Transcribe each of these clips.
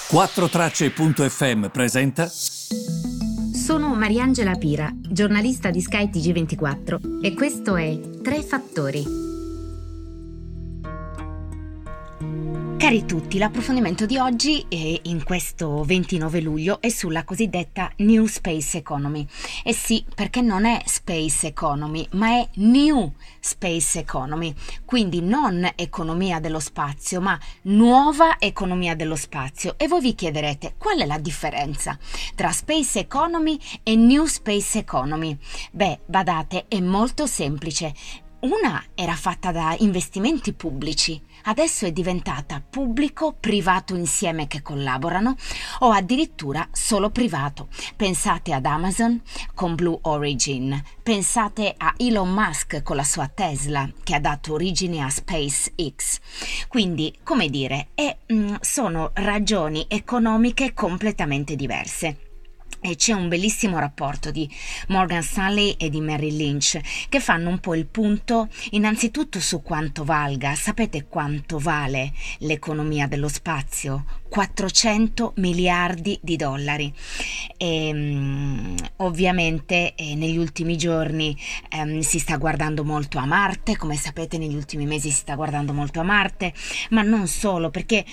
4Tracce.fm presenta. Sono Mariangela Pira, giornalista di Sky TG24 e questo è Tre Fattori. Cari tutti, l'approfondimento di oggi in questo 29 luglio è sulla cosiddetta New Space Economy. E sì, perché non è Space Economy, ma è New Space Economy, quindi non economia dello spazio, ma nuova economia dello spazio. E voi vi chiederete, qual è la differenza tra Space Economy e New Space Economy? Beh, badate, è molto semplice. Una era fatta da investimenti pubblici, adesso è diventata pubblico-privato insieme che collaborano o addirittura solo privato. Pensate ad Amazon con Blue Origin, pensate a Elon Musk con la sua Tesla che ha dato origine a SpaceX. Quindi, come dire, sono ragioni economiche completamente diverse. E c'è un bellissimo rapporto di Morgan Stanley e di Merrill Lynch che fanno un po' il punto innanzitutto su quanto valga. Sapete quanto vale l'economia dello spazio? 400 miliardi di dollari. Ovviamente negli ultimi giorni si sta guardando molto a Marte, come sapete negli ultimi mesi si sta guardando molto a Marte, ma non solo, perché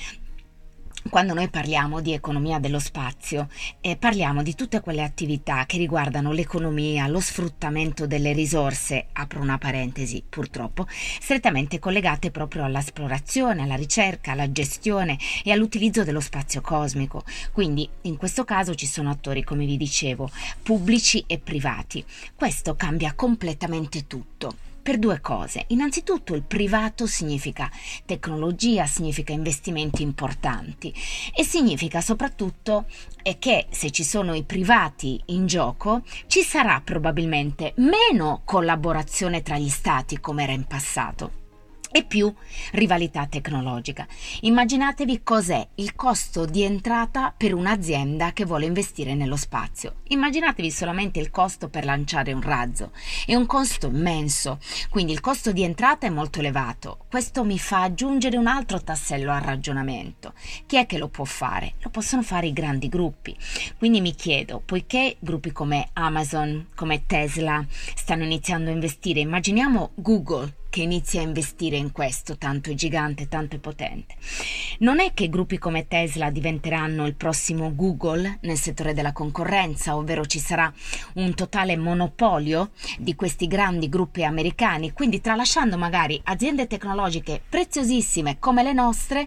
quando noi parliamo di economia dello spazio, parliamo di tutte quelle attività che riguardano l'economia, lo sfruttamento delle risorse, apro una parentesi purtroppo, strettamente collegate proprio all'esplorazione, alla ricerca, alla gestione e all'utilizzo dello spazio cosmico. Quindi in questo caso ci sono attori, come vi dicevo, pubblici e privati. Questo cambia completamente tutto. Per due cose. Innanzitutto il privato significa tecnologia, significa investimenti importanti e significa soprattutto che se ci sono i privati in gioco ci sarà probabilmente meno collaborazione tra gli stati come era in passato e più rivalità tecnologica. Immaginatevi cos'è il costo di entrata per un'azienda che vuole investire nello spazio. Immaginatevi solamente il costo per lanciare un razzo. È un costo immenso, quindi il costo di entrata è molto elevato. Questo mi fa aggiungere un altro tassello al ragionamento. Chi è che lo può fare? Lo possono fare i grandi gruppi. Quindi mi chiedo, poiché gruppi come Amazon, come Tesla stanno iniziando a investire, immaginiamo Google che inizia a investire in questo, tanto è gigante, tanto è potente. Non è che gruppi come Tesla diventeranno il prossimo Google nel settore della concorrenza, ovvero ci sarà un totale monopolio di questi grandi gruppi americani, quindi tralasciando magari aziende tecnologiche preziosissime come le nostre,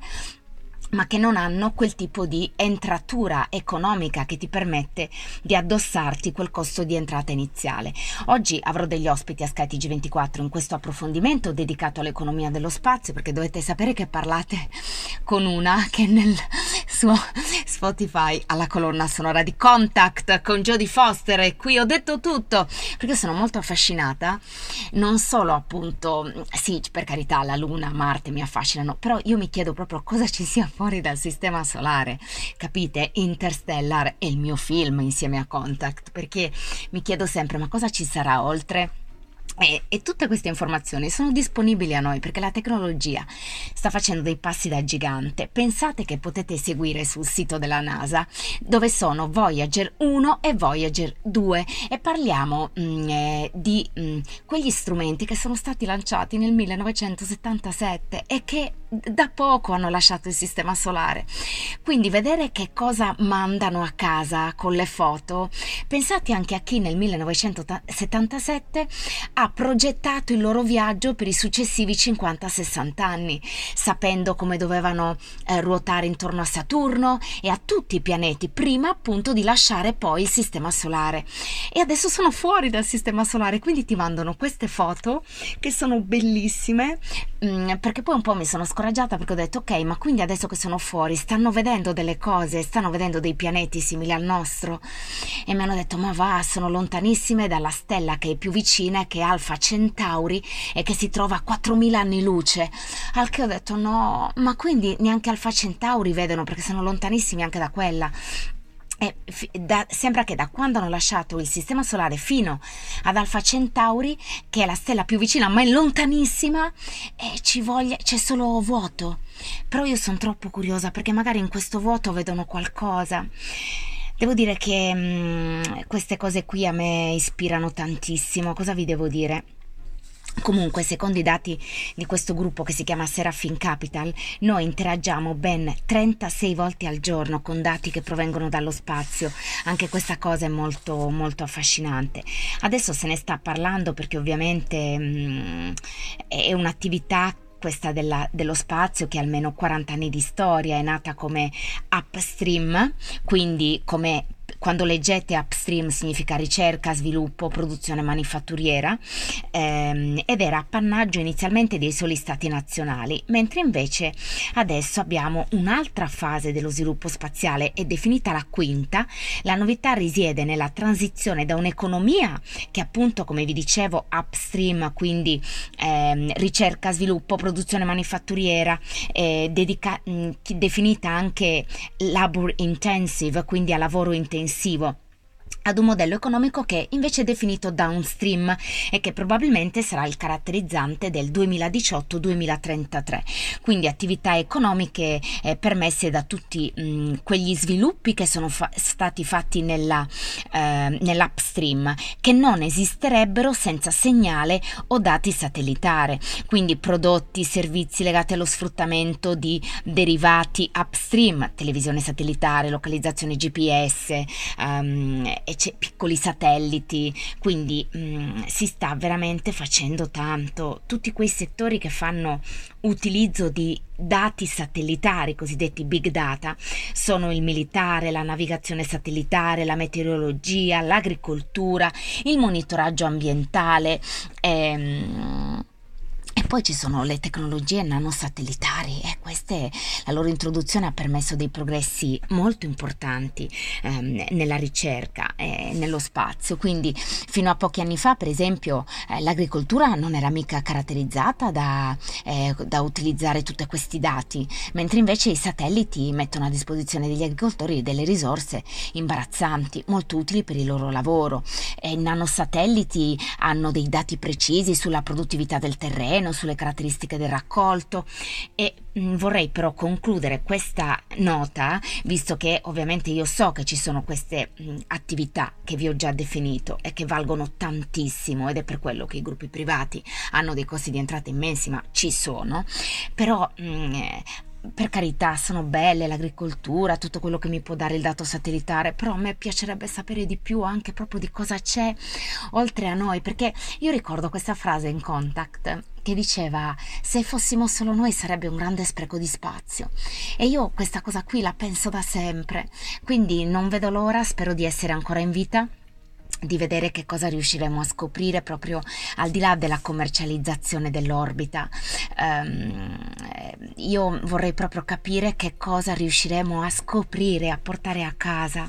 ma che non hanno quel tipo di entratura economica che ti permette di addossarti quel costo di entrata iniziale. Oggi avrò degli ospiti a Sky TG24 in questo approfondimento dedicato all'economia dello spazio, perché dovete sapere che parlate con una che nel suo Spotify ha la colonna sonora di Contact con Jodie Foster, e qui ho detto tutto, perché sono molto affascinata, non solo appunto, sì, per carità, la Luna, Marte mi affascinano, però io mi chiedo proprio cosa ci sia fuori dal sistema solare, capite? Interstellar è il mio film insieme a Contact, perché mi chiedo sempre ma cosa ci sarà oltre? E tutte queste informazioni sono disponibili a noi perché la tecnologia sta facendo dei passi da gigante. Pensate che potete seguire sul sito della NASA dove sono Voyager 1 e Voyager 2 e parliamo di quegli strumenti che sono stati lanciati nel 1977 e che da poco hanno lasciato il sistema solare. Quindi vedere che cosa mandano a casa con le foto, pensate anche a chi nel 1977 ha progettato il loro viaggio per i successivi 50-60 anni, sapendo come dovevano ruotare intorno a Saturno e a tutti i pianeti prima appunto di lasciare poi il sistema solare, e adesso sono fuori dal sistema solare, quindi ti mandano queste foto che sono bellissime, perché poi un po' mi sono scoraggiata perché ho detto ok, ma quindi adesso che sono fuori stanno vedendo delle cose, stanno vedendo dei pianeti simili al nostro, e mi hanno detto ma va, sono lontanissime dalla stella che è più vicina, che è Alfa Centauri e che si trova a 4000 anni luce, al che ho detto no, ma quindi neanche Alfa Centauri vedono perché sono lontanissimi anche da quella. Sembra che da quando hanno lasciato il sistema solare fino ad Alfa Centauri, che è la stella più vicina ma è lontanissima, c'è solo vuoto. però io sono troppo curiosa perché magari in questo vuoto vedono qualcosa. Devo dire che queste cose qui a me ispirano tantissimo. Cosa vi devo dire? Comunque, secondo i dati di questo gruppo che si chiama Seraphim Capital, noi interagiamo ben 36 volte al giorno con dati che provengono dallo spazio. Anche questa cosa è molto, molto affascinante. Adesso se ne sta parlando perché ovviamente è un'attività, questa dello spazio, che ha almeno 40 anni di storia. È nata come upstream, quindi come quando leggete upstream significa ricerca, sviluppo, produzione manifatturiera, ed era appannaggio inizialmente dei soli stati nazionali, mentre invece adesso abbiamo un'altra fase dello sviluppo spaziale, è definita la quinta. La novità risiede nella transizione da un'economia che appunto, come vi dicevo, upstream, quindi ricerca, sviluppo, produzione manifatturiera, definita anche labor intensive, quindi a lavoro intensivo, ad un modello economico che invece è definito downstream e che probabilmente sarà il caratterizzante del 2018-2033, quindi attività economiche permesse da tutti quegli sviluppi che sono stati fatti nell'upstream, che non esisterebbero senza segnale o dati satellitari, quindi prodotti, servizi legati allo sfruttamento di derivati upstream, televisione satellitare, localizzazione GPS, piccoli satelliti. Quindi si sta veramente facendo tanto. Tutti quei settori che fanno utilizzo di dati satellitari, cosiddetti big data, sono il militare, la navigazione satellitare, la meteorologia, l'agricoltura, il monitoraggio ambientale, e poi ci sono le tecnologie nanosatellitari, e queste, la loro introduzione ha permesso dei progressi molto importanti nella ricerca e nello spazio. Quindi fino a pochi anni fa, per esempio, l'agricoltura non era mica caratterizzata da utilizzare tutti questi dati, mentre invece i satelliti mettono a disposizione degli agricoltori delle risorse imbarazzanti, molto utili per il loro lavoro. I nanosatelliti hanno dei dati precisi sulla produttività del terreno, sulle caratteristiche del raccolto. E vorrei però concludere questa nota, visto che ovviamente io so che ci sono queste attività che vi ho già definito e che valgono tantissimo, ed è per quello che i gruppi privati hanno dei costi di entrata immensi, ma ci sono. Però per carità, sono belle l'agricoltura, tutto quello che mi può dare il dato satellitare, però a me piacerebbe sapere di più anche proprio di cosa c'è oltre a noi, perché io ricordo questa frase in Contact che diceva: se fossimo solo noi sarebbe un grande spreco di spazio, e io questa cosa qui la penso da sempre, quindi non vedo l'ora, spero di essere ancora in vita, di vedere che cosa riusciremo a scoprire proprio al di là della commercializzazione dell'orbita. Io vorrei proprio capire che cosa riusciremo a scoprire, a portare a casa,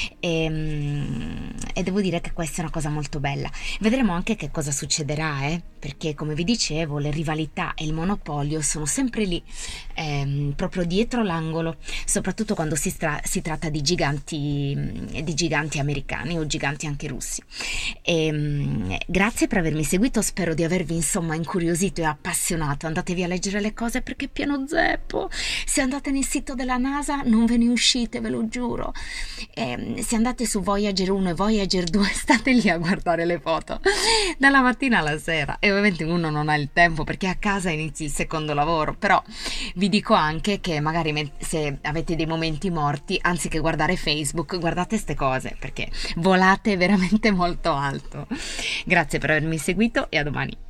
e devo dire che questa è una cosa molto bella. Vedremo anche che cosa succederà, perché come vi dicevo le rivalità e il monopolio sono sempre lì, proprio dietro l'angolo, soprattutto quando si tratta di giganti americani o giganti anche russi. Grazie per avermi seguito, spero di avervi insomma incuriosito e appassionato. Andatevi a leggere le cose perché è pieno zeppo. Se andate nel sito della NASA non ve ne uscite, ve lo giuro. Se andate su Voyager 1 e Voyager 2 state lì a guardare le foto dalla mattina alla sera, e ovviamente uno non ha il tempo perché a casa inizi il secondo lavoro. Però vi dico anche che magari se avete dei momenti morti, anziché guardare Facebook, guardate ste cose perché volate veramente molto alto. Grazie per avermi seguito e a domani.